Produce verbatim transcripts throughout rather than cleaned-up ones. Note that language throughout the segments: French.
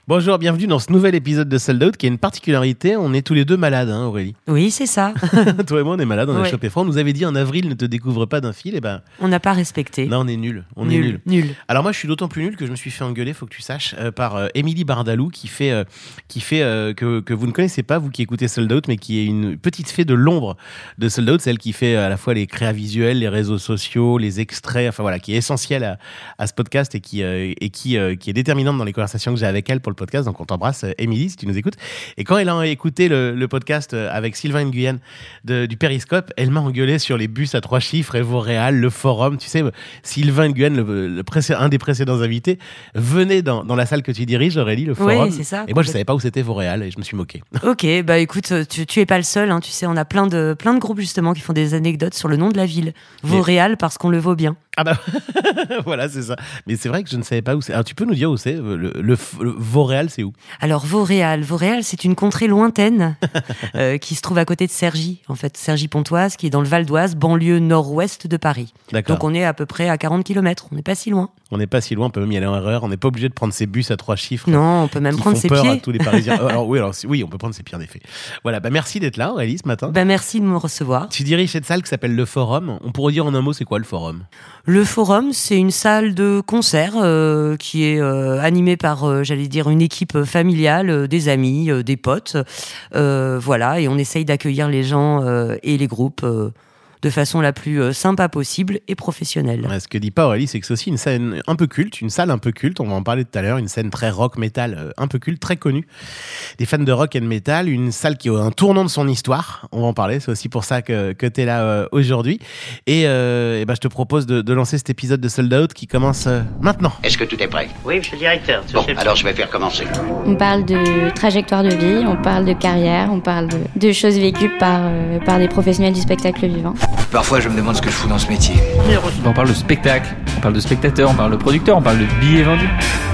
Bonjour, bienvenue dans ce nouvel épisode de Sold Out qui a une particularité, on est tous les deux malades, hein, Aurélie. Oui, c'est ça. Toi et moi, on est malades, on ouais. a chopé froid. On nous avait dit en avril, ne te découvre pas d'un fil, et ben. On n'a pas respecté. Là, on est nuls. On nul, est nuls. Nul. Alors moi, je suis d'autant plus nul que je me suis fait engueuler, faut que tu saches, euh, par euh, Émilie Bardalou qui fait, euh, qui fait euh, que, que vous ne connaissez pas, vous qui écoutez Sold Out, mais qui est une petite fée de l'ombre de Sold Out, celle qui fait à la fois les créas visuels, les réseaux sociaux, les extraits, enfin voilà, qui est essentielle à, à ce podcast et qui, euh, et qui, euh, qui est déterminante dans les conversations que j'ai avec elle pour le podcast. Donc on t'embrasse, Émilie, si tu nous écoutes. Et quand elle a écouté le, le podcast avec Sylvain Nguyen de, du Périscope, elle m'a engueulé sur les bus à trois chiffres, Evoreal, le forum. Tu sais, Sylvain Nguyen, le, le précé- un des précédents invités, venait dans, dans la salle que tu diriges, Aurélie, le forum. Oui, c'est ça. Et moi, je ne savais pas où c'était Evoreal et je me suis moqué. Ok, bah écoute, tu, tu es pas le seul. Hein, tu sais, on a plein de, plein de groupes justement qui font des anecdotes sur le nom de la ville. Vauréal, Mais... parce qu'on le vaut bien. Ah bah voilà, c'est ça. Mais c'est vrai que je ne savais pas où c'est. Alors tu peux nous dire où c'est le, le, le, le Vauréal, c'est où? Alors Vauréal, Vauréal, c'est une contrée lointaine euh, qui se trouve à côté de Cergy, en fait, Cergy-Pontoise, qui est dans le Val d'Oise, banlieue nord-ouest de Paris. D'accord. Donc on est à peu près à quarante kilomètres. On n'est pas si loin. On n'est pas si loin, on peut même y aller en erreur. On n'est pas obligé de prendre ces bus à trois chiffres. Non, on peut même qui prendre font ses peur pieds. À tous les Parisiens. alors oui, alors oui, on peut prendre ses pieds en effet. Voilà, bah merci d'être là, Aurélie, ce matin. Bah merci de me recevoir. Tu diriges cette salle qui s'appelle le Forum. On pourrait dire en un mot, c'est quoi le Forum? Le Forum, c'est une salle de concert euh, qui est euh, animée par, euh, j'allais dire, une équipe familiale, euh, des amis, euh, des potes, euh, voilà, et on essaye d'accueillir les gens euh, et les groupes euh, de façon la plus euh, sympa possible et professionnelle. Ouais, ce que dit pas Aurélie, c'est que c'est aussi une scène un peu culte, une salle un peu culte, on va en parler tout à l'heure, une scène très rock metal, euh, un peu culte, très connue, des fans de rock et de metal, une salle qui a un tournant de son histoire, on va en parler, c'est aussi pour ça que, que tu es là euh, aujourd'hui. Et, euh, et ben, je te propose de, de lancer cet épisode de Sold Out qui commence euh, maintenant. Est-ce que tout est prêt? Oui, monsieur le directeur. Bon, alors je vais faire commencer. On parle de trajectoire de vie, on parle de carrière, on parle de, de choses vécues par, euh, par des professionnels du spectacle vivant. Parfois, je me demande ce que je fous dans ce métier. On parle de spectacle, on parle de spectateur, on parle de producteur, on parle de billets vendus.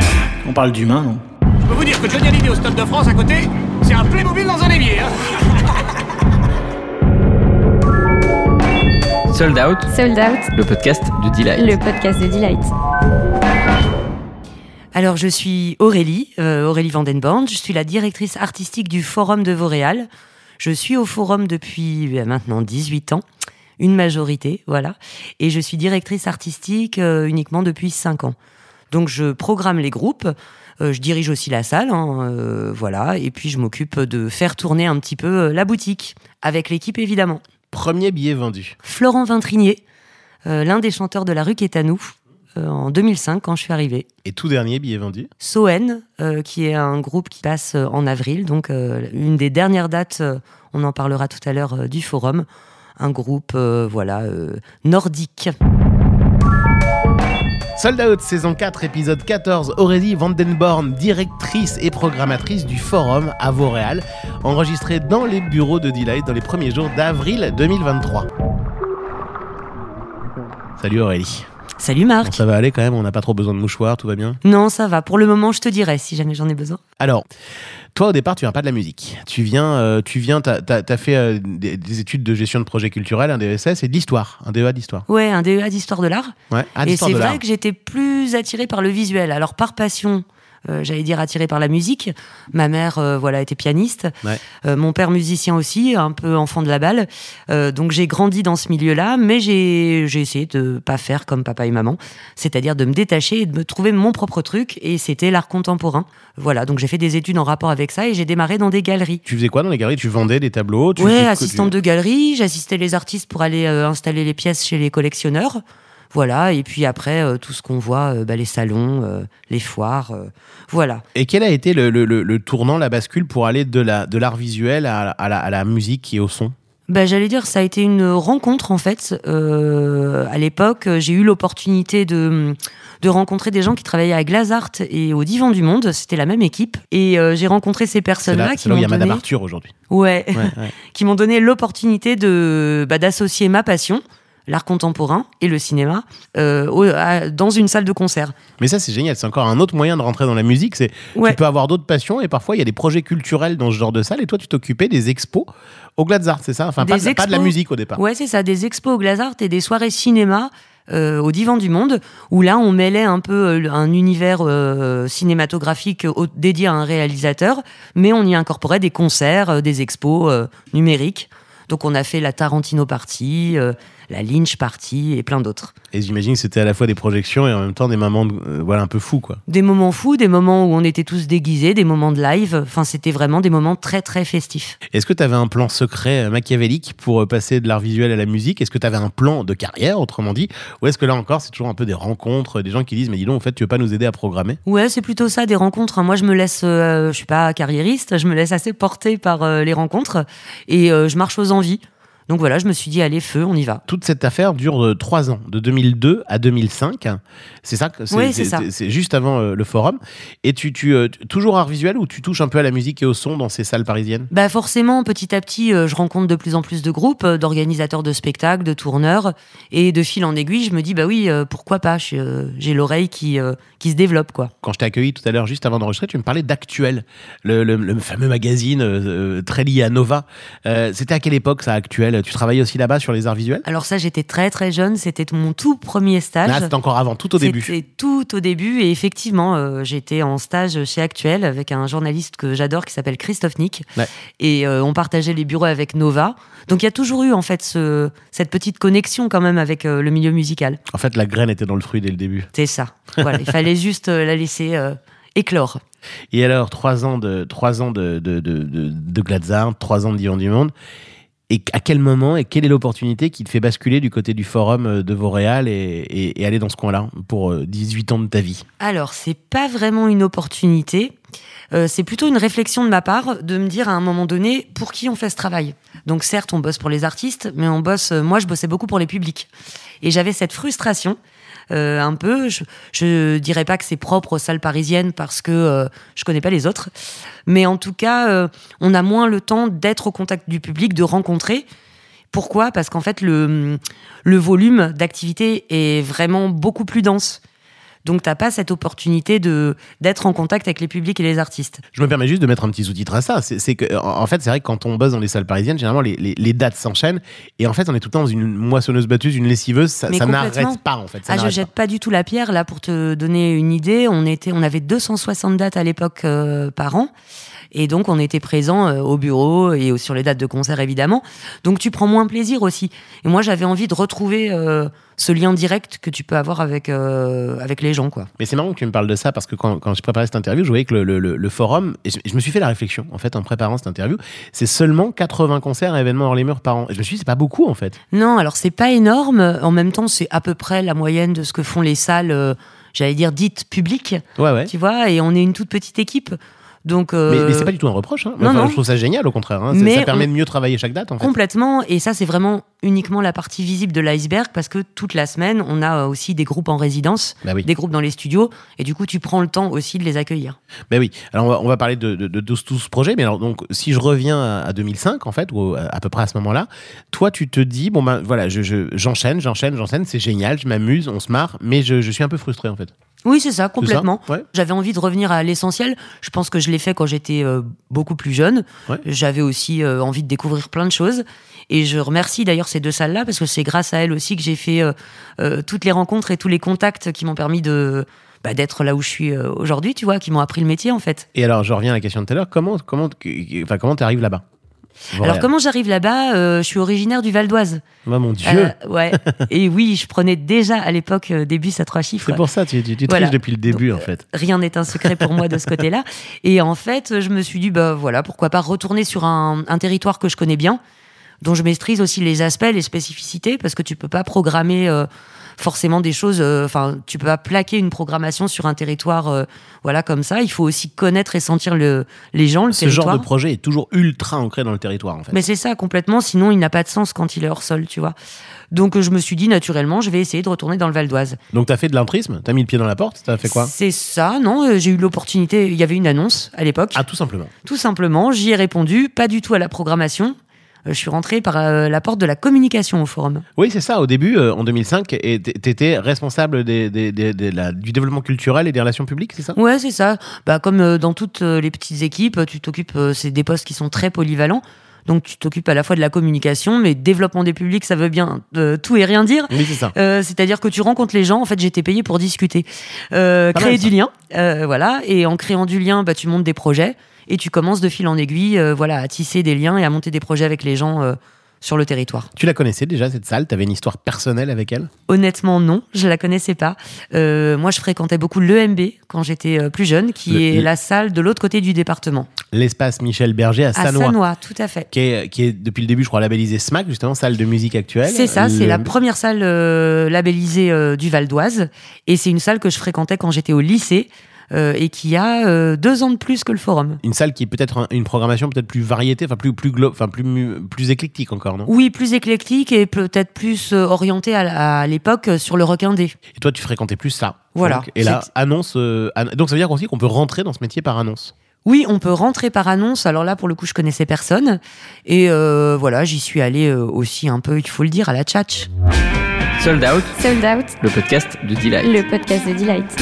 On parle d'humain, non? Je peux vous dire que Johnny Hallyday au Stade de France à côté, c'est un Playmobil dans un évier. Hein. Sold Out. Sold Out. Le podcast de Delight. Le podcast de Delight. Alors, je suis Aurélie, euh, Aurélie Vandenborn. Je suis la directrice artistique du Forum de Vauréal. Je suis au Forum depuis euh, maintenant dix-huit ans. Une majorité, voilà. Et je suis directrice artistique euh, uniquement depuis cinq ans. Donc, je programme les groupes, euh, je dirige aussi la salle, hein, euh, voilà. Et puis, je m'occupe de faire tourner un petit peu euh, la boutique, avec l'équipe, évidemment. Premier billet vendu. Florent Vintrinier, euh, l'un des chanteurs de La Rue qu'est à nous, euh, en deux mille cinq, quand je suis arrivée. Et tout dernier billet vendu. Soen, euh, qui est un groupe qui passe euh, en avril, donc euh, une des dernières dates, euh, on en parlera tout à l'heure, euh, du Forum. Un groupe euh, voilà, euh, nordique. Sold Out, saison quatre, épisode quatorze. Aurélie Vandenborn, directrice et programmatrice du Forum à Vauréal, enregistré dans les bureaux de Delight dans les premiers jours d'avril deux mille vingt-trois. Salut Aurélie. Salut Marc. Bon, ça va aller quand même, on n'a pas trop besoin de mouchoirs, tout va bien? Non, ça va. Pour le moment, je te dirai si jamais j'en ai besoin. Alors, toi au départ, tu viens pas de la musique. Tu viens, euh, tu viens, t'as, t'as, t'as fait euh, des, des études de gestion de projet culturel, un D E S S et de l'histoire, un D E A d'histoire. Ouais, un D E A d'histoire de l'art. Ouais, ah, et d'histoire c'est de vrai l'art. que j'étais plus attirée par le visuel. Alors par passion. Euh, j'allais dire attirée par la musique. Ma mère, euh, voilà, était pianiste. Ouais. Euh, mon père musicien aussi, un peu enfant de la balle. Euh, donc j'ai grandi dans ce milieu-là, mais j'ai, j'ai essayé de pas faire comme papa et maman, c'est-à-dire de me détacher et de me trouver mon propre truc. Et c'était l'art contemporain. Voilà, donc j'ai fait des études en rapport avec ça et j'ai démarré dans des galeries. Tu faisais quoi dans les galeries? Tu vendais des tableaux? tu, Ouais, tu, assistante tu... de galerie. J'assistais les artistes pour aller euh, installer les pièces chez les collectionneurs. Voilà, et puis après, euh, tout ce qu'on voit, euh, bah, les salons, euh, les foires, euh, voilà. Et quel a été le, le, le, le tournant, la bascule pour aller de, la, de l'art visuel à, à, la, à la musique et au son? Bah, j'allais dire, ça a été une rencontre en fait. Euh, à l'époque, j'ai eu l'opportunité de, de rencontrer des gens qui travaillaient à Glazart et au Divan du Monde. C'était la même équipe. Et euh, j'ai rencontré ces personnes-là c'est là, qui c'est là où m'ont il y a donné... Madame Arthur aujourd'hui. Ouais, ouais, ouais. qui m'ont donné l'opportunité de, bah, d'associer ma passion, l'art contemporain et le cinéma, euh, au, à, dans une salle de concert. Mais ça, c'est génial. C'est encore un autre moyen de rentrer dans la musique. C'est, ouais. Tu peux avoir d'autres passions et parfois, il y a des projets culturels dans ce genre de salle. Et toi, tu t'occupais des expos au Glazart, c'est ça? Enfin, pas de, pas de la musique au départ. Ouais, c'est ça. Des expos au Glazart et des soirées cinéma euh, au Divan du Monde, où là, on mêlait un peu euh, un univers euh, cinématographique au- dédié à un réalisateur, mais on y incorporait des concerts, euh, des expos euh, numériques. Donc, on a fait la Tarantino Party, euh, la Lynch Party et plein d'autres. Et j'imagine que c'était à la fois des projections et en même temps des moments de- euh, voilà, un peu fous, quoi. Des moments fous, des moments où on était tous déguisés, des moments de live. Enfin, c'était vraiment des moments très, très festifs. Est-ce que tu avais un plan secret euh, machiavélique pour euh, passer de l'art visuel à la musique? Est-ce que tu avais un plan de carrière, autrement dit? Ou est-ce que là encore, c'est toujours un peu des rencontres, euh, des gens qui disent, mais dis donc, en fait, tu veux pas nous aider à programmer? Ouais, c'est plutôt ça, des rencontres. Moi, je me laisse, euh, je suis pas carriériste, je me laisse assez porter par euh, les rencontres et euh, je marche aux envies. Donc voilà, je me suis dit, allez, feu, on y va. Toute cette affaire dure euh, trois ans, de deux mille deux à deux mille cinq. C'est ça que- Oui, c'est ça. C'est juste avant euh, le forum. Et tu, tu euh, tu- toujours art visuel ou tu touches un peu à la musique et au son dans ces salles parisiennes? Bah forcément, petit à petit, euh, je rencontre de plus en plus de groupes, euh, d'organisateurs de spectacles, de tourneurs, et de fil en aiguille, je me dis, bah oui, euh, pourquoi pas, je suis, euh, j'ai l'oreille qui, euh, qui se développe, quoi. Quand je t'ai accueilli tout à l'heure, juste avant d'enregistrer, tu me parlais d'Actuel, le, le- le fameux magazine euh, euh, très lié à Nova. Euh, C'était à quelle époque ça, Actuel? Tu travaillais aussi là-bas sur les arts visuels? Alors ça, j'étais très très jeune, c'était mon tout premier stage. Ah, c'était encore avant, tout au début. C'était tout au début et effectivement, euh, j'étais en stage chez Actuel avec un journaliste que j'adore qui s'appelle Christophe Nick Ouais. et euh, on partageait les bureaux avec Nova. Donc il y a toujours eu en fait ce, cette petite connexion quand même avec euh, le milieu musical. En fait, la graine était dans le fruit dès le début. C'est ça. Voilà, il fallait juste euh, la laisser euh, éclore. Et alors, trois ans de, trois ans de, de, de, de, de Glatzard, trois ans de Divan du Monde. Et à quel moment et quelle est l'opportunité qui te fait basculer du côté du forum de Vauréal et, et, et aller dans ce coin-là pour dix-huit ans de ta vie? Alors, c'est pas vraiment une opportunité. Euh, c'est plutôt une réflexion de ma part de me dire à un moment donné pour qui on fait ce travail. Donc certes, on bosse pour les artistes, mais on bosse. Moi, je bossais beaucoup pour les publics, et j'avais cette frustration. Euh, un peu, je, je dirais pas que c'est propre aux salles parisiennes parce que euh, je connais pas les autres, mais en tout cas, euh, on a moins le temps d'être au contact du public, de rencontrer. Pourquoi ? Parce qu'en fait, le, le volume d'activité est vraiment beaucoup plus dense. Donc, t'as pas cette opportunité de, d'être en contact avec les publics et les artistes. Je me permets juste de mettre un petit sous-titre à ça. C'est, c'est que, en fait, c'est vrai que quand on bosse dans les salles parisiennes, généralement, les, les, les dates s'enchaînent. Et en fait, on est tout le temps dans une moissonneuse batteuse, une lessiveuse. Ça, ça n'arrête pas, en fait. Ça ah, je jette pas. pas du tout la pierre. Là, pour te donner une idée, on, était, on avait deux cent soixante dates à l'époque euh, par an. Et donc, on était présents euh, au bureau et sur les dates de concert, évidemment. Donc, tu prends moins plaisir aussi. Et moi, j'avais envie de retrouver euh, ce lien direct que tu peux avoir avec, euh, avec les gens, quoi. Mais c'est marrant que tu me parles de ça parce que quand, quand je préparais cette interview, je voyais que le, le, le, le forum, et je, je me suis fait la réflexion, en fait, en préparant cette interview, c'est seulement quatre-vingts concerts et événements hors les murs par an. Et je me suis dit, c'est pas beaucoup, en fait. Non, alors, c'est pas énorme. En même temps, c'est à peu près la moyenne de ce que font les salles, euh, j'allais dire, dites publiques. Ouais, ouais. Tu vois, et on est une toute petite équipe. Donc, euh... mais, mais c'est pas du tout un reproche. Hein. Non, enfin, non. Je trouve ça génial, au contraire. Hein. Mais ça permet on... de mieux travailler chaque date, en fait. Complètement. Et ça, c'est vraiment uniquement la partie visible de l'iceberg parce que toute la semaine, on a aussi des groupes en résidence, bah oui. des groupes dans les studios. Et du coup, tu prends le temps aussi de les accueillir. Ben oui. Alors, on va, on va parler de, de, de, de tout ce projet. Mais alors, donc, si je reviens à, à deux mille cinq, en fait, ou à, à peu près à ce moment-là, toi, tu te dis, bon, ben voilà, je, je, j'enchaîne, j'enchaîne, j'enchaîne, c'est génial, je m'amuse, on se marre, mais je, je suis un peu frustré, en fait. Oui, c'est ça, complètement. C'est ça ouais. J'avais envie de revenir à l'essentiel. Je pense que je l'ai fait quand j'étais euh, beaucoup plus jeune. Ouais. J'avais aussi euh, envie de découvrir plein de choses. Et je remercie d'ailleurs ces deux salles-là, parce que c'est grâce à elles aussi que j'ai fait euh, euh, toutes les rencontres et tous les contacts qui m'ont permis de... Bah, d'être là où je suis euh, aujourd'hui, tu vois, qui m'ont appris le métier, en fait. Et alors, je reviens à la question de tout à l'heure, comment, comment, enfin, comment tu arrives là-bas ? Voilà. Alors, comment j'arrive là-bas ? euh, Je suis originaire du Val d'Oise. Oh mon Dieu euh, Ouais. Et oui, je prenais déjà à l'époque euh, des bus à trois chiffres. C'est pour ça, tu, tu, tu voilà. triches depuis le début, donc, en fait. Euh, rien n'est un secret pour moi de ce côté-là. Et en fait, je me suis dit, bah voilà, pourquoi pas retourner sur un, un territoire que je connais bien, dont je maîtrise aussi les aspects, les spécificités, parce que tu peux pas programmer euh, forcément des choses. Enfin, euh, tu peux pas plaquer une programmation sur un territoire, euh, voilà, comme ça. Il faut aussi connaître et sentir le, les gens, le Ce territoire. genre de projet est toujours ultra ancré dans le territoire, en fait. Mais c'est ça, complètement. Sinon, il n'a pas de sens quand il est hors sol, tu vois. Donc, je me suis dit, naturellement, je vais essayer de retourner dans le Val d'Oise. Donc, t'as fait de l'intrisme ? T'as mis le pied dans la porte ? T'as fait quoi ? C'est ça, non. J'ai eu l'opportunité. Il y avait une annonce à l'époque. Ah, tout simplement. Tout simplement. J'y ai répondu. Pas du tout à la programmation. Je suis rentrée par euh, la porte de la communication au forum. Oui, c'est ça. Au début, euh, en deux mille cinq, tu étais responsable des, des, des, des, la, du développement culturel et des relations publiques, c'est ça ? Ouais, c'est ça. Bah, comme euh, dans toutes euh, les petites équipes, tu t'occupes, euh, c'est des postes qui sont très polyvalents. Donc tu t'occupes à la fois de la communication, mais développement des publics, ça veut bien euh, tout et rien dire. Oui, c'est ça. Euh, c'est-à-dire que tu rencontres les gens. En fait, j'étais payée pour discuter, euh, Pas créer mal, ça. du lien, euh, voilà. Et en créant du lien, bah tu montes des projets et tu commences de fil en aiguille, euh, voilà, à tisser des liens et à monter des projets avec les gens euh, sur le territoire. Tu la connaissais déjà, cette salle? T'avais une histoire personnelle avec elle? Honnêtement, non, je la connaissais pas. Euh, moi, je fréquentais beaucoup l'E M B quand j'étais euh, plus jeune, qui Le- est le- la salle de l'autre côté du département. L'espace Michel Berger à À Sannois. Sannois, tout à fait. Qui est, qui est depuis le début, je crois, labellisé S M A C, justement, salle de musique actuelle. C'est ça, c'est Le- la première salle euh, labellisée euh, du Val d'Oise. Et c'est une salle que je fréquentais quand j'étais au lycée euh, et qui a euh, deux ans de plus que le Forum. Une salle qui est peut-être un- une programmation peut-être plus variété, enfin plus plus glo- enfin plus mu- plus éclectique encore, non? Oui, plus éclectique et peut-être plus euh, orientée à, la- à l'époque euh, sur le rock indé. Et toi, tu fréquentais plus ça. Voilà. Donc, et là, C'est- annonce. euh, an- donc ça veut dire aussi qu'on peut rentrer dans ce métier par annonce. Oui, on peut rentrer par annonce. Alors là, pour le coup, je connaissais personne. Et euh, voilà, j'y suis allée euh, aussi un peu, il faut le dire, à la tchatch. Sold Out, Sold Out, le podcast de Delight. le podcast de Delight.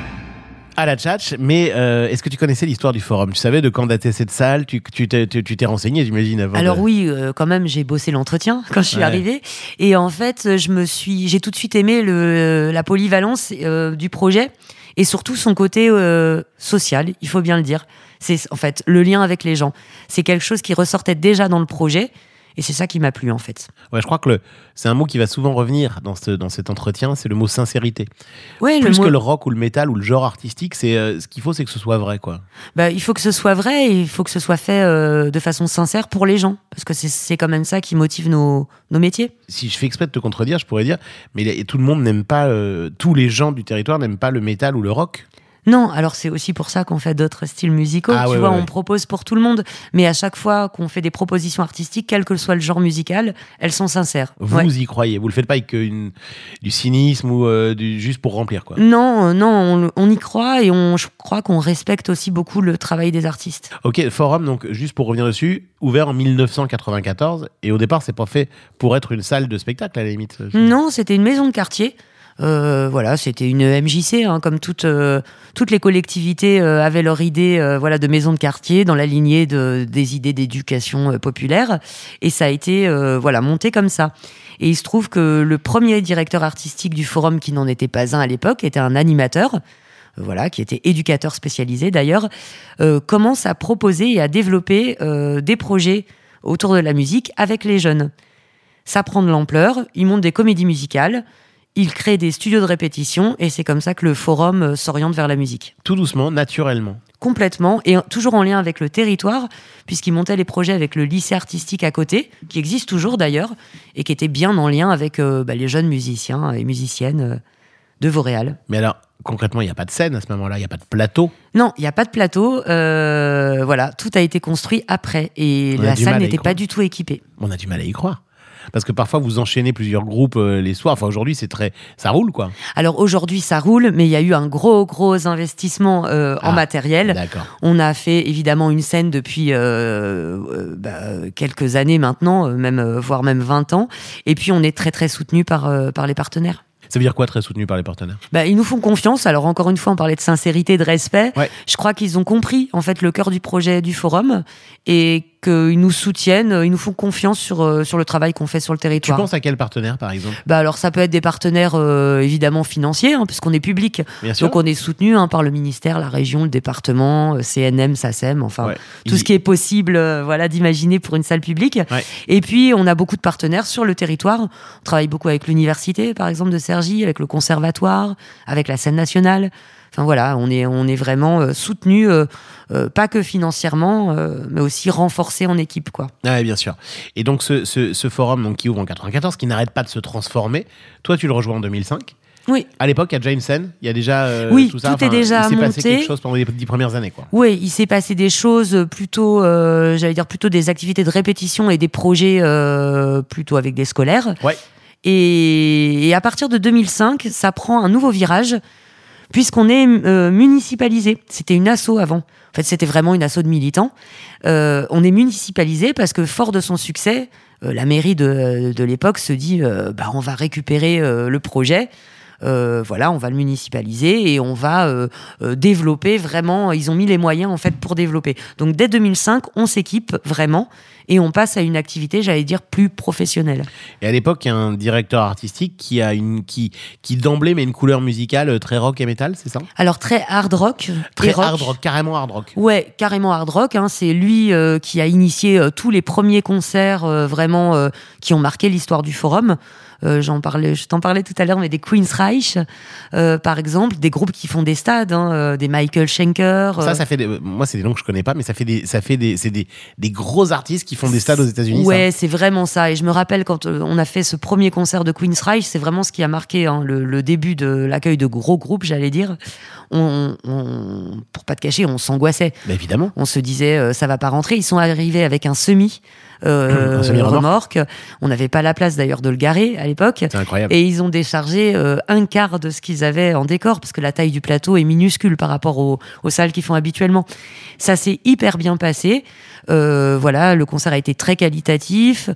À la tchatch, mais euh, est-ce que tu connaissais l'histoire du forum? Tu savais de quand datait cette salle? Tu tu t'es, tu, tu t'es renseigné, j'imagine, avant. Alors de... oui, euh, quand même, j'ai bossé l'entretien quand je suis Ouais. arrivée. Et en fait, je me suis, j'ai tout de suite aimé le, la polyvalence euh, du projet et surtout son côté euh, social, il faut bien le dire. C'est en fait le lien avec les gens. C'est quelque chose qui ressortait déjà dans le projet. Et c'est ça qui m'a plu, en fait. Ouais, je crois que le, c'est un mot qui va souvent revenir dans, ce, dans cet entretien, c'est le mot sincérité. Ouais, Plus le mot- que le rock ou le métal ou le genre artistique, c'est euh, ce qu'il faut, c'est que ce soit vrai, quoi. Bah, il faut que ce soit vrai et il faut que ce soit fait euh, de façon sincère pour les gens. Parce que c'est, c'est quand même ça qui motive nos, nos métiers. Si je fais exprès de te contredire, je pourrais dire, mais les- tout le monde n'aime pas, euh, tous les gens du territoire n'aiment pas le métal ou le rock. Non, alors c'est aussi pour ça qu'on fait d'autres styles musicaux. Ah tu ouais, vois, ouais, on ouais. propose pour tout le monde. Mais à chaque fois qu'on fait des propositions artistiques, quel que soit le genre musical, elles sont sincères. Vous Ouais. y croyez, vous le faites pas avec une, du cynisme ou euh, du, juste pour remplir, quoi. Non, euh, non, on, on y croit et on, je crois qu'on respecte aussi beaucoup le travail des artistes. Ok, Forum, donc juste pour revenir dessus, ouvert en mille neuf cent quatre-vingt-quatorze, et au départ, c'est pas fait pour être une salle de spectacle, à la limite. Non, c'était une maison de quartier. Euh, voilà, c'était une M J C, hein, comme toutes, euh, toutes les collectivités euh, avaient leur idée euh, voilà, de maison de quartier dans la lignée de, des idées d'éducation euh, populaire. Et ça a été euh, voilà, monté comme ça. Et il se trouve que le premier directeur artistique du Forum, qui n'en était pas un à l'époque, était un animateur, euh, voilà, qui était éducateur spécialisé d'ailleurs, euh, commence à proposer et à développer euh, des projets autour de la musique avec les jeunes. Ça prend de l'ampleur, il monte des comédies musicales, il crée des studios de répétition et c'est comme ça que le Forum euh, s'oriente vers la musique. Tout doucement, naturellement. Complètement, et toujours en lien avec le territoire, puisqu'il montait les projets avec le lycée artistique à côté, qui existe toujours d'ailleurs, et qui était bien en lien avec euh, bah, les jeunes musiciens et musiciennes euh, de Vauréal. Mais alors, concrètement, il n'y a pas de scène à ce moment-là, il n'y a pas de plateau. Non, il n'y a pas de plateau, euh, voilà, tout a été construit après, et On a la du salle mal à y n'était croire. pas du tout équipée. On a du mal à y croire. Parce que parfois, vous enchaînez plusieurs groupes euh, les soirs. Enfin, aujourd'hui, c'est très... ça roule, quoi. Alors aujourd'hui, ça roule, mais il y a eu un gros, gros investissement euh, en Ah, matériel. D'accord. On a fait évidemment une scène depuis euh, euh, bah, quelques années maintenant, euh, même, euh, voire même vingt ans. Et puis on est très très soutenu par, euh, par les partenaires. Ça veut dire quoi, très soutenu par les partenaires? Bah, ils nous font confiance. Alors encore une fois, on parlait de sincérité, de respect. Ouais. Je crois qu'ils ont compris en fait le cœur du projet du Forum et qu'ils nous soutiennent, ils nous font confiance sur, euh, sur le travail qu'on fait sur le Tu territoire. penses à quel partenaire, par exemple? Bah alors ça peut être des partenaires euh, évidemment financiers, hein, puisqu'on est public. Bien sûr. Donc on est soutenu hein, par le ministère, la région, le département, euh, C N M, S A C E M, enfin Ouais. tout Il- ce qui est possible euh, voilà, d'imaginer pour une salle publique. Ouais. Et puis on a beaucoup de partenaires sur le territoire. On travaille beaucoup avec l'université, par exemple, de Cergy, avec le conservatoire, avec la scène nationale. Enfin voilà, on est, on est vraiment euh, soutenu, euh, euh, pas que financièrement, euh, mais aussi renforcé en équipe, quoi. Ouais, bien sûr. Et donc, ce, ce, ce forum donc, qui ouvre en quatre-vingt-quatorze, qui n'arrête pas de se transformer, toi, tu le rejoins en deux mille cinq. Oui. À l'époque, à Jameson, il y a déjà euh, Oui, tout ça. tout est déjà il s'est passé monté. quelque chose pendant les dix premières années, quoi. Oui, il s'est passé des choses plutôt, euh, j'allais dire plutôt des activités de répétition et des projets euh, plutôt avec des scolaires. Ouais. Et, et à partir de deux mille cinq, ça prend un nouveau virage puisqu'on est euh, municipalisé. C'était une asso avant. En fait, c'était vraiment une asso de militants. Euh, on est municipalisé parce que fort de son succès, euh, la mairie de, de l'époque se dit euh, bah, on va récupérer euh, le projet. Euh, voilà, on va le municipaliser et on va euh, euh, développer vraiment. Ils ont mis les moyens en fait pour développer. Donc dès deux mille cinq, on s'équipe vraiment et on passe à une activité, j'allais dire, plus professionnelle. Et à l'époque, il y a un directeur artistique qui a une qui qui d'emblée met une couleur musicale très rock et métal, c'est ça ? Alors très hard rock, très et rock. hard rock, carrément hard rock. Ouais, carrément hard rock. Hein. C'est lui euh, qui a initié euh, tous les premiers concerts euh, vraiment euh, qui ont marqué l'histoire du forum. Euh, j'en parlais, je t'en parlais tout à l'heure, mais des Queensryche, euh, par exemple, des groupes qui font des stades, hein, euh, des Michael Schenker. Euh... Ça, ça fait des, moi, c'est des noms que je connais pas, mais ça fait des, ça fait des, c'est des, des gros artistes qui font des stades aux États-Unis. Ouais, ça. c'est vraiment ça. Et je me rappelle quand euh, on a fait ce premier concert de Queensryche, c'est vraiment ce qui a marqué hein, le, le début de l'accueil de gros groupes, j'allais dire. On, on, pour pas te cacher, on s'angoissait. Bah, évidemment. On se disait, euh, ça va pas rentrer. Ils sont arrivés avec un semi. Euh, un remorque. On n'avait pas la place d'ailleurs de le garer à l'époque. C'est incroyable. Et ils ont déchargé euh, un quart de ce qu'ils avaient en décor parce que la taille du plateau est minuscule par rapport aux, aux salles qu'ils font habituellement. Ça s'est hyper bien passé. Euh, voilà, le concert a été très qualitatif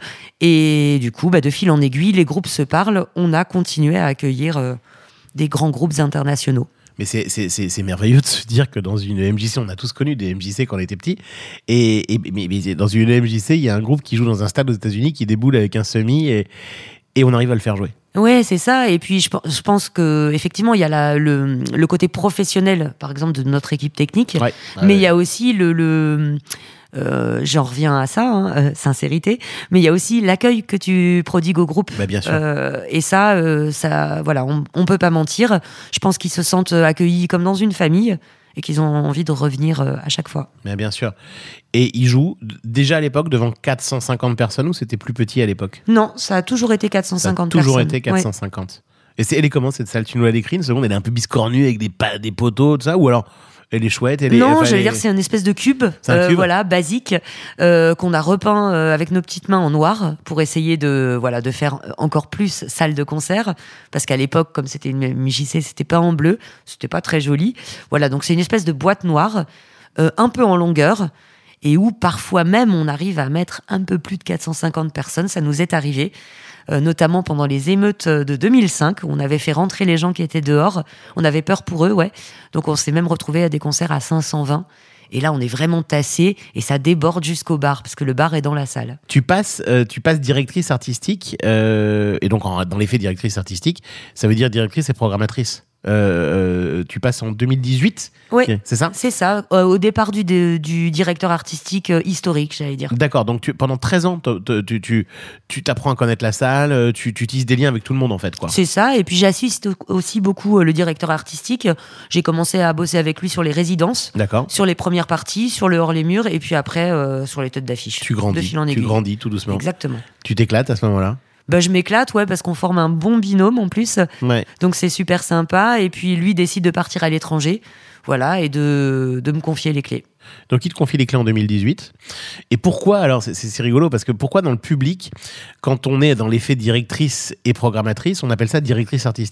et du coup, bah, de fil en aiguille, les groupes se parlent. On a continué à accueillir euh, des grands groupes internationaux. Mais c'est, c'est, c'est, c'est merveilleux de se dire que dans une M J C, on a tous connu des M J C quand on était petits, et, et mais, mais dans une M J C, il y a un groupe qui joue dans un stade aux États-Unis qui déboule avec un semi et, et on arrive à le faire jouer. Ouais, c'est ça. Et puis je, je pense que effectivement, il y a la, le, le côté professionnel, par exemple, de notre équipe technique, ouais. mais il ouais. y a aussi le, le Euh, j'en reviens à ça, hein, euh, sincérité. Mais il y a aussi l'accueil que tu prodigues au groupe. Bah, bien sûr. Euh, et ça, euh, ça, voilà, on, on peut pas mentir. Je pense qu'ils se sentent accueillis comme dans une famille et qu'ils ont envie de revenir euh, à chaque fois. Mais bien sûr. Et ils jouent déjà à l'époque devant quatre cent cinquante personnes ou c'était plus petit à l'époque ? Non, ça a toujours été quatre cent cinquante personnes. Ça a toujours personnes. été quatre cent cinquante. Ouais. Et c'est, elle est comment cette salle ? Tu nous la décris une seconde ? Elle est un peu biscornue avec des, pa- des poteaux, tout ça ? Ou alors elle est chouette elle est, Non, enfin, j'allais est... dire c'est un espèce de cube, c'est un euh, cube. voilà, basique, euh, qu'on a repeint euh, avec nos petites mains en noir pour essayer de, voilà, de faire encore plus salle de concert. Parce qu'à l'époque, comme c'était une M J C, c'était pas en bleu, c'était pas très joli. Voilà, donc c'est une espèce de boîte noire, euh, un peu en longueur, et où parfois même on arrive à mettre un peu plus de quatre cent cinquante personnes. Ça nous est arrivé. Euh, notamment pendant les émeutes de deux mille cinq, où on avait fait rentrer les gens qui étaient dehors. On avait peur pour eux, ouais. Donc on s'est même retrouvé à des concerts à cinq cent vingt. Et là, on est vraiment tassé et ça déborde jusqu'au bar, parce que le bar est dans la salle. Tu passes, euh, tu passes directrice artistique, euh, et donc en, dans les faits directrice artistique, ça veut dire directrice et programmatrice. Euh, euh, tu passes en deux mille dix-huit, oui, c'est ça ? C'est ça, euh, au départ du, de, du directeur artistique euh, historique, j'allais dire. D'accord, donc tu, pendant treize ans, tu, tu, tu t'apprends à connaître la salle, tu, tu tisses des liens avec tout le monde en fait, quoi. C'est ça, et puis j'assiste aussi beaucoup euh, le directeur artistique. J'ai commencé à bosser avec lui sur les résidences, d'accord, sur les premières parties, sur le hors-les-murs, et puis après euh, sur les têtes d'affiche. Tu grandis, de fil en tu aiguille. grandis tout doucement. Exactement. Tu t'éclates à ce moment-là ? Bah, je m'éclate, ouais, parce qu'on forme un bon binôme en plus. Ouais. Donc c'est super sympa. Et puis lui décide de partir à l'étranger, voilà, et de, de me confier les clés. Donc il te confie les clés en deux mille dix-huit. Et pourquoi, alors c'est, c'est rigolo, parce que pourquoi dans le public, quand on est dans l'effet directrice et programmatrice, on appelle ça directrice artistique ?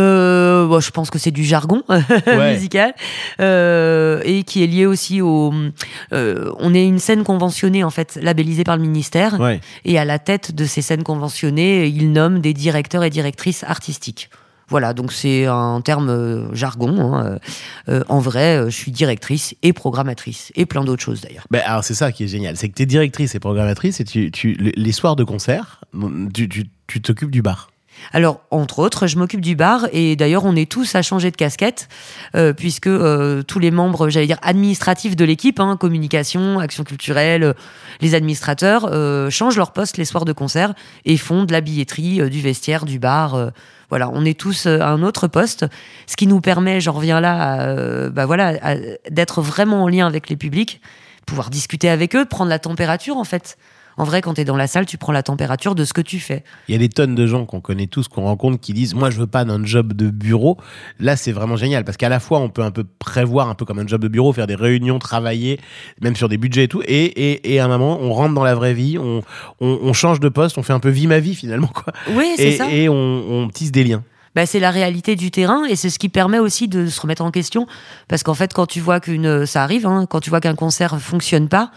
euh, bon, Je pense que c'est du jargon ouais. musical, euh, et qui est lié aussi au... Euh, on est une scène conventionnée, en fait, labellisée par le ministère, ouais. Et à la tête de ces scènes conventionnées, ils nomment des directeurs et directrices artistiques. Voilà, donc c'est un terme euh, jargon. Hein. Euh, en vrai, euh, je suis directrice et programmatrice, et plein d'autres choses d'ailleurs. Ben, alors c'est ça qui est génial, c'est que tu es directrice et programmatrice, et tu, tu, les soirs de concert, tu, tu, tu t'occupes du bar. Alors, entre autres, je m'occupe du bar, et d'ailleurs, on est tous à changer de casquette, euh, puisque euh, tous les membres, j'allais dire, administratifs de l'équipe, hein, communication, action culturelle, euh, les administrateurs, euh, changent leur poste les soirs de concert et font de la billetterie, euh, du vestiaire, du bar. Euh, voilà, on est tous à un autre poste, ce qui nous permet, j'en reviens là, à, euh, bah voilà, à, d'être vraiment en lien avec les publics, pouvoir discuter avec eux, prendre la température, en fait. En vrai, quand tu es dans la salle, tu prends la température de ce que tu fais. Il y a des tonnes de gens qu'on connaît tous, qu'on rencontre, qui disent « Moi, je veux pas d'un job de bureau ». Là, c'est vraiment génial, parce qu'à la fois, on peut un peu prévoir, un peu comme un job de bureau, faire des réunions, travailler, même sur des budgets et tout, et, et, et à un moment, on rentre dans la vraie vie, on, on, on change de poste, on fait un peu vie ma vie, finalement, quoi. Oui, c'est et, ça. Et on, on tisse des liens. Bah, c'est la réalité du terrain, et c'est ce qui permet aussi de se remettre en question, parce qu'en fait, quand tu vois qu'une... Ça arrive, hein, quand tu vois qu'un concert fonctionne pas,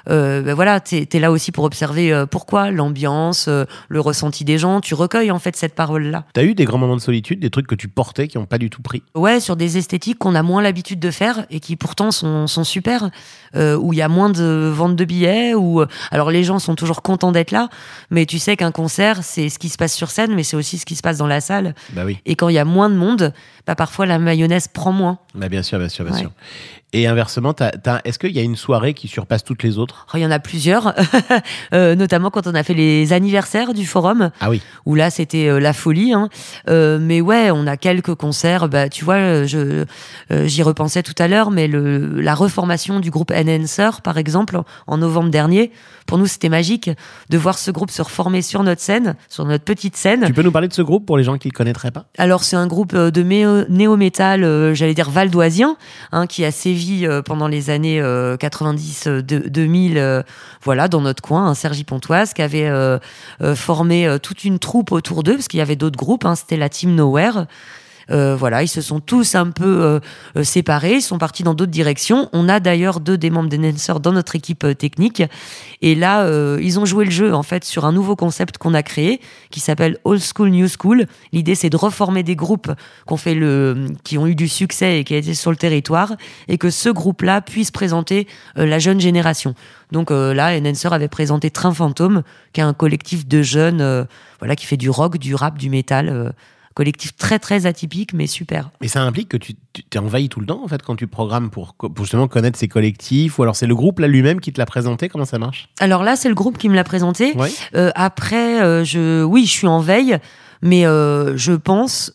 euh, ben voilà, t'es, t'es là aussi pour observer euh, pourquoi, l'ambiance, euh, le ressenti des gens. Tu recueilles en fait cette parole-là. T'as eu des grands moments de solitude, des trucs que tu portais qui n'ont pas du tout pris? Ouais, sur des esthétiques qu'on a moins l'habitude de faire et qui pourtant sont, sont super, euh, où il y a moins de ventes de billets, où alors les gens sont toujours contents d'être là, mais tu sais qu'un concert, c'est ce qui se passe sur scène, mais c'est aussi ce qui se passe dans la salle. Bah oui. Et quand il y a moins de monde, bah parfois la mayonnaise prend moins. Bah bien sûr, bien sûr, bien Ouais. sûr. Et inversement, t'as, t'as, est-ce qu'il y a une soirée qui surpasse toutes les autres? Oh, il y en a plusieurs, euh, notamment quand on a fait les anniversaires du forum, Ah oui. où là c'était euh, la folie. Hein. Euh, mais ouais, on a quelques concerts. Bah, tu vois, je, euh, j'y repensais tout à l'heure, mais le, la reformation du groupe Enhancer, par exemple, en novembre dernier, pour nous c'était magique de voir ce groupe se reformer sur notre scène, sur notre petite scène. Tu peux nous parler de ce groupe pour les gens qui ne le connaîtraient pas? Alors c'est un groupe de méo- néo-métal, euh, j'allais dire valdoisien, hein, qui a sévi euh, pendant les années euh, quatre-vingt-dix deux mille, euh, voilà, dans notre coin, hein, Cergy-Pontoise, qui avait euh, euh, formé euh, toute une troupe autour d'eux, parce qu'il y avait d'autres groupes, hein, c'était la Team Nowhere. Euh, voilà, ils se sont tous un peu euh, euh, séparés, ils sont partis dans d'autres directions. On a d'ailleurs deux des membres d'Enhancer dans notre équipe euh, technique. Et là, euh, ils ont joué le jeu en fait sur un nouveau concept qu'on a créé, qui s'appelle Old School New School. L'idée, c'est de reformer des groupes qu'on fait le, qui ont eu du succès et qui étaient sur le territoire, et que ce groupe-là puisse présenter euh, la jeune génération. Donc euh, là, Enhancer avait présenté Train Fantôme, qui est un collectif de jeunes, euh, voilà, qui fait du rock, du rap, du métal. Euh, collectif très très atypique mais super. Mais ça implique que tu, tu t'es envahi tout le temps en fait quand tu programmes pour, pour justement connaître ces collectifs, ou alors c'est le groupe là lui-même qui te l'a présenté? Comment ça marche? Alors là c'est le groupe qui me l'a présenté. Ouais. Euh, après euh, je oui je suis en veille, mais euh, je pense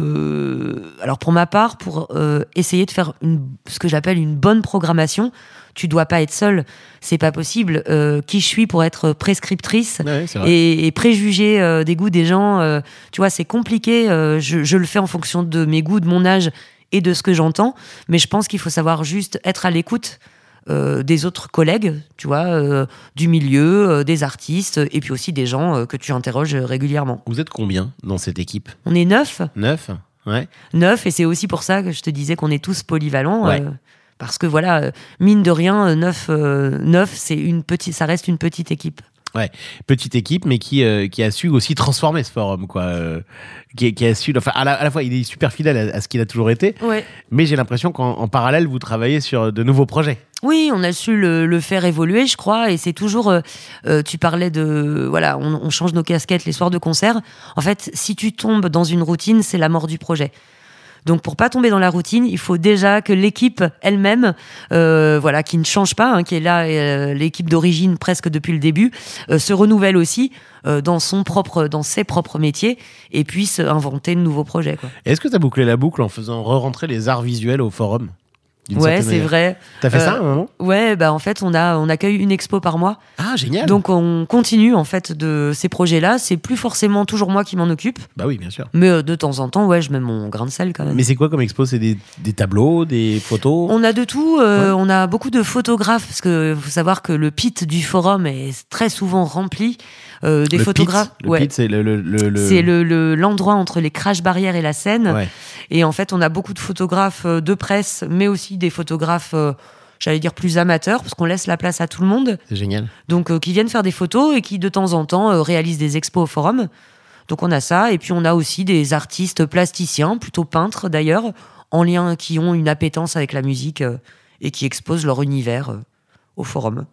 que alors pour ma part pour euh, essayer de faire une, ce que j'appelle une bonne programmation, tu dois pas être seul, c'est pas possible. Euh, qui je suis pour être prescriptrice Ouais, c'est vrai. et, et préjuger euh, des goûts des gens, euh, tu vois, c'est compliqué. Euh, je, je le fais en fonction de mes goûts, de mon âge et de ce que j'entends, mais je pense qu'il faut savoir juste être à l'écoute euh, des autres collègues, tu vois, euh, du milieu, euh, des artistes, et puis aussi des gens euh, que tu interroges régulièrement. Vous êtes combien dans cette équipe? On est neuf, Neuf? Ouais. neuf, et c'est aussi pour ça que je te disais qu'on est tous polyvalents. Ouais. euh, Parce que voilà, euh, mine de rien, neuf, euh, neuf, c'est une petite, ça reste une petite équipe. Ouais, petite équipe, mais qui, euh, qui a su aussi transformer ce forum, quoi. Euh, qui, qui a su, enfin, à la, à la fois, il est super fidèle à, à ce qu'il a toujours été, Ouais. mais j'ai l'impression qu'en en parallèle, vous travaillez sur de nouveaux projets. Oui, on a su le, le faire évoluer, je crois, et c'est toujours. Euh, euh, tu parlais de, voilà, on, on change nos casquettes les soirs de concert. En fait, si tu tombes dans une routine, c'est la mort du projet. Donc pour pas tomber dans la routine, il faut déjà que l'équipe elle-même, euh, voilà, qui ne change pas, hein, qui est là, euh, l'équipe d'origine presque depuis le début, euh, se renouvelle aussi euh, dans son propre, dans ses propres métiers et puisse inventer de nouveaux projets, quoi. Est-ce que tu as bouclé la boucle en faisant re-rentrer les arts visuels au forum? D'une Ouais, certaine c'est manière. vrai. T'as fait Euh, ça à un moment? Ouais, bah en fait, on a, on accueille une expo par mois. Ah, génial. Donc on continue en fait de ces projets-là. C'est plus forcément toujours moi qui m'en occupe, Bah oui, bien sûr. mais euh, de temps en temps, ouais, je mets mon grain de sel quand même. Mais c'est quoi comme expo? C'est des, des tableaux, des photos? On a de tout. Euh, Ouais. On a beaucoup de photographes parce que faut savoir que le pit du forum est très souvent rempli. Euh, des Le photographes. pit, le ouais. pit, c'est le, le, le, le- C'est le, le- l'endroit entre les crash barrières et la scène. Ouais. Et en fait, on a beaucoup de photographes euh, de presse, mais aussi des photographes, euh, j'allais dire plus amateurs, parce qu'on laisse la place à tout le monde. C'est génial. Donc, euh, qui viennent faire des photos et qui, de temps en temps, euh, réalisent des expos au forum. Donc, on a ça. Et puis, on a aussi des artistes plasticiens, plutôt peintres d'ailleurs, en lien, qui ont une appétence avec la musique euh, et qui exposent leur univers euh, au forum.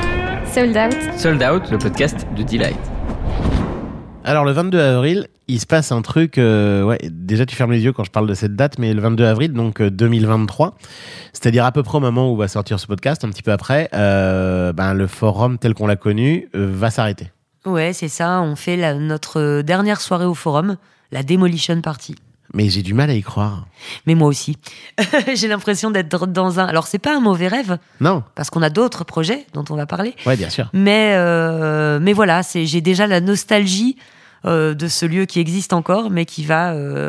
Sold Out. Sold Out, le podcast de Delight. Alors, le vingt-deux avril, il se passe un truc. euh, ouais, déjà, tu fermes les yeux quand je parle de cette date, mais le vingt-deux avril, donc euh, deux mille vingt-trois, c'est-à-dire à peu près au moment où va sortir ce podcast, un petit peu après, euh, ben, le forum tel qu'on l'a connu euh, va s'arrêter. Ouais, c'est ça. On fait la- notre dernière soirée au forum, la Demolition Party. Mais j'ai du mal à y croire. Mais moi aussi. J'ai l'impression d'être dans un... Alors, c'est pas un mauvais rêve, Non, parce qu'on a d'autres projets dont on va parler. ouais, bien sûr. Mais, euh, mais voilà, c'est, j'ai déjà la nostalgie euh, de ce lieu qui existe encore, mais qui va, euh,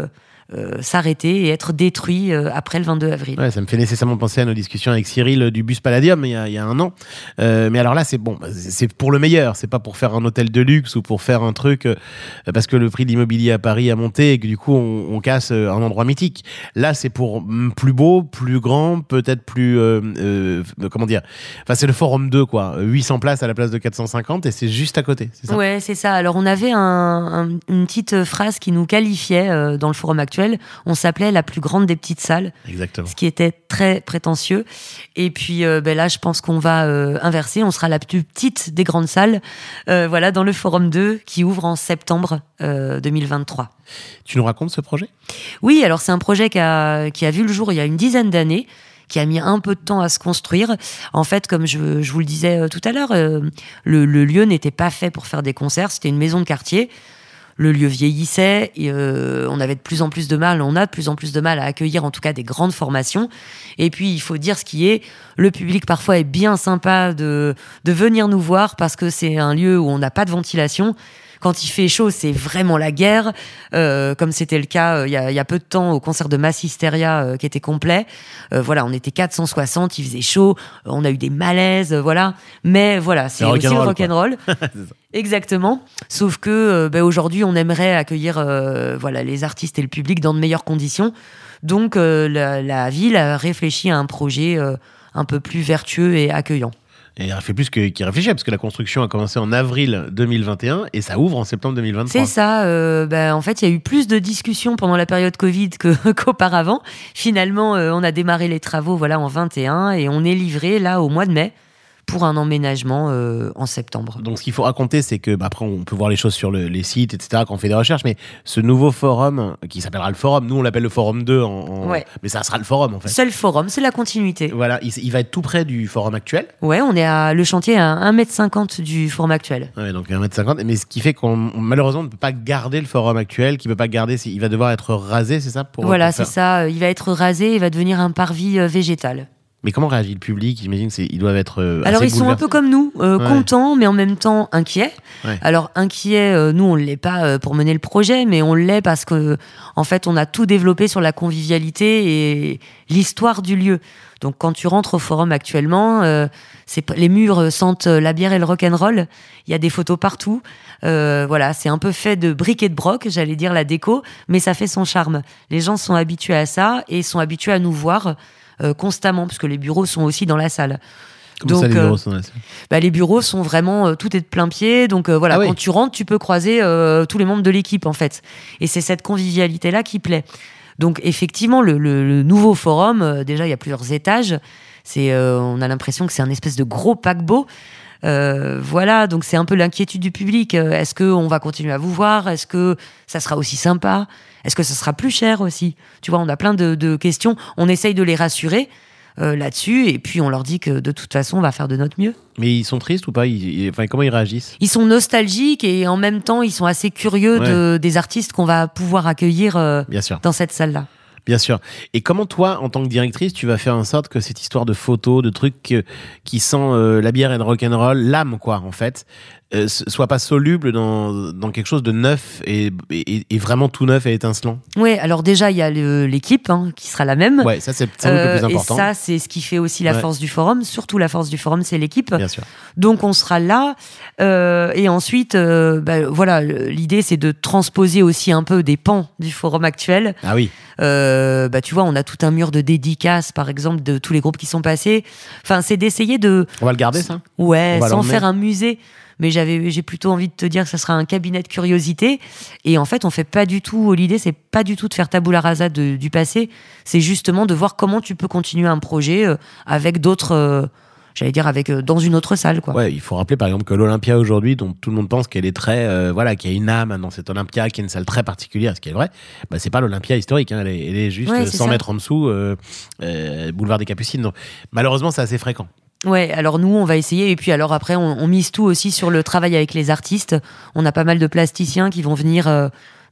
euh, s'arrêter et être détruit euh, après le vingt-deux avril. Ouais, ça me fait nécessairement penser à nos discussions avec Cyril du Bus Palladium il y a, il y a un an. Euh, mais alors là, c'est bon, c'est pour le meilleur. C'est pas pour faire un hôtel de luxe ou pour faire un truc euh, parce que le prix de l'immobilier à Paris a monté et que du coup on, on casse un endroit mythique. Là, c'est pour plus beau, plus grand, peut-être plus euh, euh, comment dire. Enfin, c'est le Forum deux, quoi. huit cents places à la place de quatre cent cinquante et c'est juste à côté. C'est ça ? Ouais, c'est ça. Alors on avait un, un, une petite phrase qui nous qualifiait euh, dans le Forum actuel. On s'appelait la plus grande des petites salles. Exactement. Ce qui était très prétentieux. Et puis euh, ben là, je pense qu'on va euh, inverser. On sera la plus petite des grandes salles. Euh, voilà, dans le Forum deux qui ouvre en septembre euh, deux mille vingt-trois. Tu nous racontes ce projet ? Oui, alors c'est un projet qui a, qui a vu le jour il y a une dizaine d'années, qui a mis un peu de temps à se construire. En fait, comme je, je vous le disais euh, tout à l'heure, euh, le, le lieu n'était pas fait pour faire des concerts. C'était une maison de quartier. Le lieu vieillissait, et euh, on avait de plus en plus de mal, on a de plus en plus de mal à accueillir en tout cas des grandes formations. Et puis il faut dire ce qui est, le public parfois est bien sympa de, de venir nous voir parce que c'est un lieu où on n'a pas de ventilation. Quand il fait chaud, c'est vraiment la guerre, euh, comme c'était le cas euh, il y, a, il y a peu de temps au concert de Mass Hysteria euh, qui était complet. Euh, voilà, on était quatre cent soixante, il faisait chaud, euh, on a eu des malaises, euh, voilà. Mais voilà, c'est, c'est aussi le rock'n'roll. Exactement. Sauf que euh, ben, aujourd'hui, on aimerait accueillir euh, voilà, les artistes et le public dans de meilleures conditions. Donc euh, la, la ville a réfléchi à un projet euh, un peu plus vertueux et accueillant. Et il fait plus que, qu'il réfléchit, parce que la construction a commencé en avril deux mille vingt et un et ça ouvre en septembre deux mille vingt-trois. C'est ça. Euh, bah, en fait, il y a eu plus de discussions pendant la période Covid que, qu'auparavant. Finalement, euh, on a démarré les travaux voilà, en vingt et un et on est livré là au mois de mai pour un emménagement euh, en septembre. Donc ce qu'il faut raconter, c'est que bah, après on peut voir les choses sur le, les sites, et cetera, quand on fait des recherches, mais ce nouveau forum qui s'appellera le Forum, nous on l'appelle le Forum deux, en, en... Ouais. mais ça sera le Forum en fait. C'est le Forum, c'est la continuité. Voilà, il, il va être tout près du Forum actuel. Ouais, on est à le chantier à un mètre cinquante du Forum actuel. Ouais, donc un mètre cinquante, mais ce qui fait qu'on malheureusement on ne peut pas garder le Forum actuel, qui peut pas garder, il va devoir être rasé, c'est ça pour, Voilà, pour c'est faire... ça. Il va être rasé, il va devenir un parvis euh, végétal. Mais comment réagit le public ? J'imagine qu'ils doivent être euh, assez Alors ils sont un peu comme nous, euh, ouais. contents, mais en même temps inquiets. Ouais. Alors inquiets, euh, nous on l'est pas euh, pour mener le projet, mais on l'est parce que en fait on a tout développé sur la convivialité et l'histoire du lieu. Donc quand tu rentres au Forum actuellement, euh, c'est, les murs sentent la bière et le rock'n'roll. Il y a des photos partout. Euh, voilà, c'est un peu fait de briques et de broc, j'allais dire la déco, mais ça fait son charme. Les gens sont habitués à ça et sont habitués à nous voir euh, constamment, parce que les bureaux sont aussi dans la salle. Comment donc, ça, les bureaux euh, sont dans la salle ? bah, les bureaux sont vraiment euh, tout est de plein pied, donc euh, voilà, Ah oui. quand tu rentres, tu peux croiser euh, tous les membres de l'équipe en fait. Et c'est cette convivialité là qui plaît. Donc effectivement, le, le, le nouveau forum, euh, déjà il y a plusieurs étages. C'est, euh, on a l'impression que c'est un espèce de gros paquebot. Euh, voilà, donc c'est un peu l'inquiétude du public. Euh, est-ce qu'on va continuer à vous voir ? Est-ce que ça sera aussi sympa ? Est-ce que ça sera plus cher aussi ? Tu vois, on a plein de, de questions. On essaye de les rassurer euh, là-dessus, et puis on leur dit que de toute façon, on va faire de notre mieux. Mais ils sont tristes ou pas ? ils, ils, enfin, comment ils réagissent ? Ils sont nostalgiques et en même temps, ils sont assez curieux Ouais. de, des artistes qu'on va pouvoir accueillir euh, Bien sûr. dans cette salle-là. Bien sûr. Et comment toi, en tant que directrice, tu vas faire en sorte que cette histoire de photos, de trucs euh, qui sent euh, la bière et le rock'n'roll, l'âme quoi, en fait, euh, soit pas soluble dans, dans quelque chose de neuf et, et, et vraiment tout neuf et étincelant ? Ouais, alors déjà, il y a le, l'équipe hein, qui sera la même. Ouais, ça c'est sans doute le plus Euh, important. Et ça, c'est ce qui fait aussi la Ouais. force du forum. Surtout la force du forum, c'est l'équipe. Bien sûr. Donc on sera là. Euh, et ensuite, euh, bah, voilà, l'idée c'est de transposer aussi un peu des pans du forum actuel. Ah oui. Euh, bah, tu vois, on a tout un mur de dédicaces, par exemple, de tous les groupes qui sont passés. Enfin, c'est d'essayer de... On va le garder, ça ? Ouais, On va sans l'emmener. faire un musée. Mais j'avais, j'ai plutôt envie de te dire que ça sera un cabinet de curiosité. Et en fait, on fait pas du tout... L'idée, c'est pas du tout de faire tabula rasa de, du passé. C'est justement de voir comment tu peux continuer un projet euh, avec d'autres... Euh, j'allais dire avec euh, dans une autre salle, quoi. Ouais, il faut rappeler par exemple que l'Olympia aujourd'hui, dont tout le monde pense qu'elle est très, euh, voilà, qu'il y a une âme dans cette Olympia, qu'il y a une salle très particulière, ce qui est vrai, bah c'est pas l'Olympia historique, hein, elle, est, elle est juste Ouais, euh, c'est cent ça. mètres en dessous, euh, euh, boulevard des Capucines. Donc malheureusement, c'est assez fréquent. Ouais, alors nous, on va essayer. Et puis alors après, on, on mise tout aussi sur le travail avec les artistes. On a pas mal de plasticiens qui vont venir... Euh,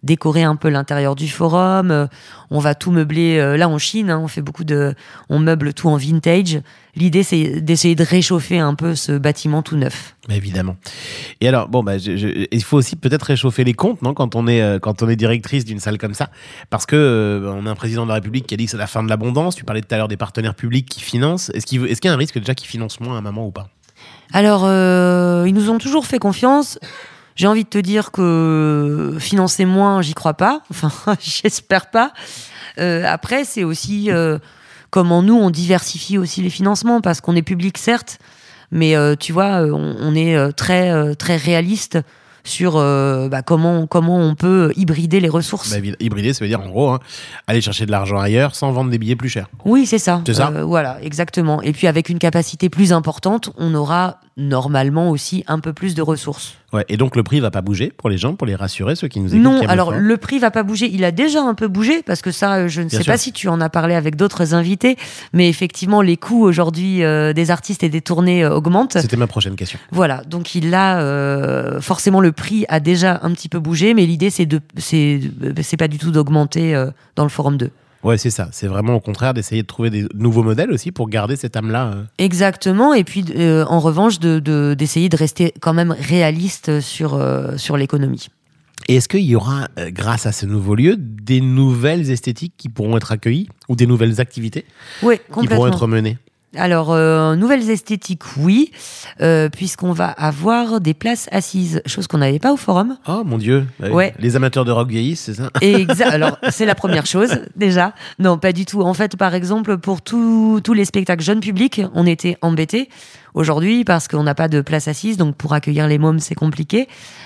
décorer un peu l'intérieur du forum. Euh, on va tout meubler. Euh, là, en Chine, hein, on fait beaucoup de, on meuble tout en vintage. L'idée, c'est d'essayer de réchauffer un peu ce bâtiment tout neuf. Bah, évidemment. Et alors, bon, bah, je, je, il faut aussi peut-être réchauffer les comptes, non, quand on est euh, quand on est directrice d'une salle comme ça, parce que euh, on a un président de la République qui a dit que c'est la fin de l'abondance. Tu parlais tout à l'heure des partenaires publics qui financent. Est-ce qu'il, est-ce qu'il y a un risque déjà qu'ils financent moins à un moment ou pas ? Alors, euh, ils nous ont toujours fait confiance. J'ai envie de te dire que financer moins, j'y crois pas. Enfin, j'espère pas. Euh, après, c'est aussi euh, comment nous, on diversifie aussi les financements, parce qu'on est public, certes, mais euh, tu vois, on, on est très, euh, très réaliste sur euh, bah, comment, comment on peut hybrider les ressources. Bah, hybrider, ça veut dire en gros hein, aller chercher de l'argent ailleurs sans vendre des billets plus chers. Oui, c'est ça. C'est ça. Euh, voilà, exactement. Et puis avec une capacité plus importante, on aura normalement aussi un peu plus de ressources. Ouais, et donc le prix va pas bouger pour les gens, pour les rassurer, ceux qui nous écoutent. Non, alors le prix va pas bouger. Il a déjà un peu bougé, parce que ça, je ne Bien sais sûr. pas si tu en as parlé avec d'autres invités, mais effectivement, les coûts aujourd'hui euh, des artistes et des tournées euh, augmentent. C'était ma prochaine question. Voilà, donc il a euh, forcément le prix a déjà un petit peu bougé, mais l'idée c'est de c'est c'est pas du tout d'augmenter euh, dans le Forum deux. Ouais, c'est ça. C'est vraiment au contraire d'essayer de trouver des nouveaux modèles aussi pour garder cette âme-là. euh. Exactement, et puis euh, en revanche de, de d'essayer de rester quand même réaliste sur euh, sur l'économie. Et est-ce qu'il y aura, euh, grâce à ce nouveau lieu, des nouvelles esthétiques qui pourront être accueillies ou des nouvelles activités Oui, qui complètement. pourront être menées ? Alors, euh, nouvelles esthétiques, oui, euh, puisqu'on va avoir des places assises, chose qu'on n'avait pas au Forum. Oh mon Dieu. Ouais. Les amateurs de rock vieillissent, c'est ça ? Et exa- alors, c'est la première chose, déjà. Non, pas du tout. En fait, par exemple, pour tout- tous les spectacles jeunes publics, on était embêtés aujourd'hui parce qu'on n'a pas de place assise, donc pour accueillir les mômes, c'est compliqué.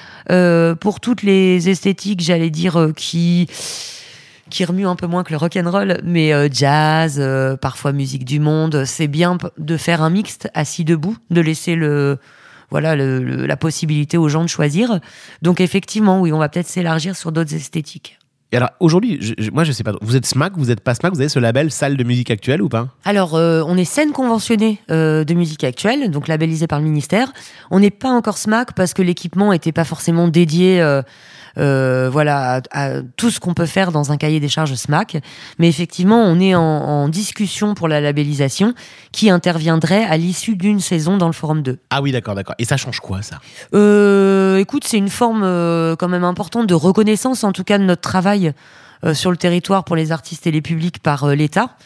Euh, pour toutes les esthétiques, j'allais dire, euh, qui... qui remue un peu moins que le rock'n'roll, mais euh, jazz, euh, parfois musique du monde. C'est bien p- de faire un mixte assis debout, de laisser le, voilà, le, le- la possibilité aux gens de choisir. Donc effectivement, oui, on va peut-être s'élargir sur d'autres esthétiques. Et alors aujourd'hui, je, je- moi je sais pas, vous êtes SMAC, vous êtes pas SMAC, vous avez ce label salle de musique actuelle ou pas ? Alors, euh, on est scène conventionnée euh, de musique actuelle, donc labellisée par le ministère. On n'est pas encore SMAC parce que l'équipement n'était pas forcément dédié euh, euh, voilà, à, à tout ce qu'on peut faire dans un cahier des charges SMAC. Mais effectivement, on est en, en discussion pour la labellisation qui interviendrait à l'issue d'une saison dans le Forum deux. Ah oui, d'accord, d'accord. Et ça change quoi ça ? Euh, écoute, c'est une forme euh, quand même importante de reconnaissance, en tout cas de notre travail euh, sur le territoire pour les artistes et les publics par euh, l'État,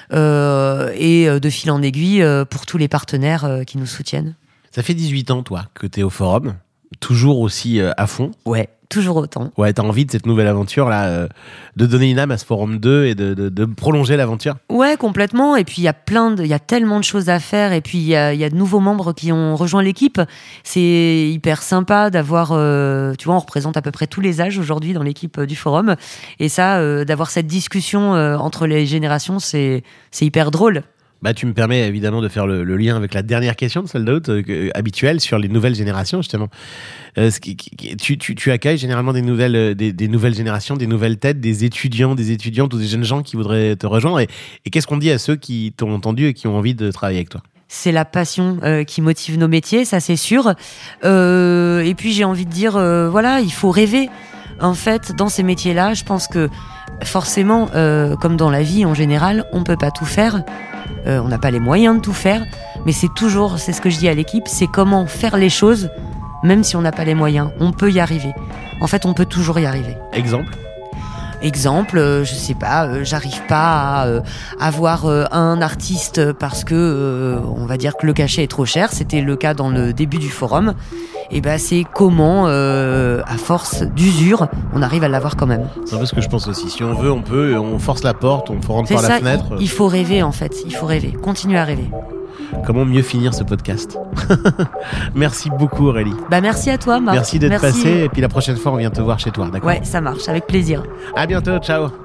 euh, et euh, de fil en aiguille euh, pour tous les partenaires euh, qui nous soutiennent. Ça fait dix-huit ans, toi, que t'es au Forum, toujours aussi euh, à fond. Ouais, toujours autant. Ouais, t'as envie de cette nouvelle aventure là, euh, de donner une âme à ce Forum deux et de, de, de prolonger l'aventure. Ouais, complètement. Et puis il y a plein de, il y a tellement de choses à faire. Et puis il y a, il y a de nouveaux membres qui ont rejoint l'équipe. C'est hyper sympa d'avoir, euh, tu vois, on représente à peu près tous les âges aujourd'hui dans l'équipe euh, du Forum. Et ça, euh, d'avoir cette discussion euh, entre les générations, c'est, c'est hyper drôle. Bah, tu me permets évidemment de faire le, le lien avec la dernière question de Sold Out, euh, euh, habituelle sur les nouvelles générations justement. Euh, ce qui, qui, tu, tu, tu accueilles généralement des nouvelles, euh, des, des nouvelles générations, des nouvelles têtes, des étudiants, des étudiantes ou des jeunes gens qui voudraient te rejoindre. Et, et qu'est-ce qu'on dit à ceux qui t'ont entendu et qui ont envie de travailler avec toi ? C'est la passion euh, qui motive nos métiers, ça c'est sûr. Euh, et puis j'ai envie de dire, euh, voilà, il faut rêver. En fait, dans ces métiers-là, je pense que forcément, euh, comme dans la vie en général, on peut pas tout faire. Euh, on n'a pas les moyens de tout faire, mais c'est toujours, c'est ce que je dis à l'équipe, c'est comment faire les choses, même si on n'a pas les moyens. On peut y arriver. En fait, on peut toujours y arriver. Exemple ? Exemple, euh, je sais pas, euh, j'arrive pas à euh, avoir euh, un artiste parce que euh, on va dire que le cachet est trop cher. C'était le cas dans le début du Forum. Et ben c'est comment, euh, à force d'usure, on arrive à l'avoir quand même. C'est un peu ce que je pense aussi. Si on veut, on peut, on force la porte, on rentre C'est par ça, la fenêtre. il, il faut rêver en fait, il faut rêver, continuer à rêver. Comment mieux finir ce podcast ? Merci beaucoup Aurélie. Bah merci à toi Marc. Merci d'être Merci. passé et puis la prochaine fois on vient te voir chez toi, d'accord ? Ouais, ça marche, avec plaisir. À bientôt, ciao.